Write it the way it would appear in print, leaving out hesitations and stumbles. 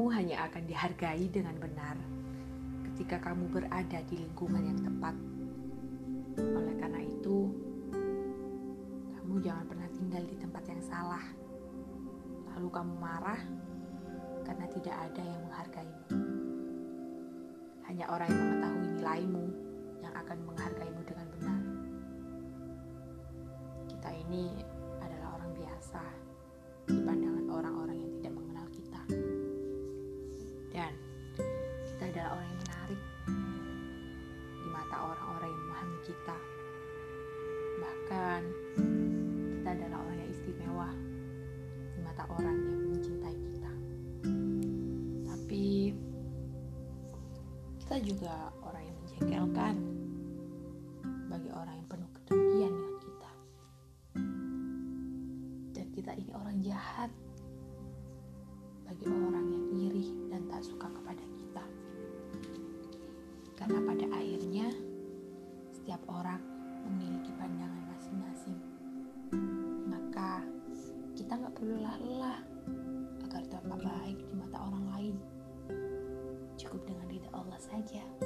Kamu hanya akan dihargai dengan benar ketika kamu berada di lingkungan yang tepat. Oleh karena itu, kamu jangan pernah tinggal di tempat yang salah. Lalu kamu marah karena tidak ada yang menghargaimu. Hanya orang yang mengetahui nilaimu yang akan menghargaimu dengan benar. Kita ini adalah orang biasa di pandangan orang-orang yang tidak mengenal kita. Dan kita adalah orang yang menarik di mata orang-orang yang memahami kita. Bahkan kita adalah orang yang istimewa di mata orang yang mencintai kita. Tapi kita juga orang yang menjengkelkan bagi orang yang penuh kedengkian dengan kita. Dan kita ini orang jahat bagi orang yang iri dan tak suka kepada kita. Karena pada akhirnya setiap orang memiliki pandangan masing-masing. Maka kita gak perlu lelah agar tampak baik di mata orang lain. Cukup dengan ridha Allah saja.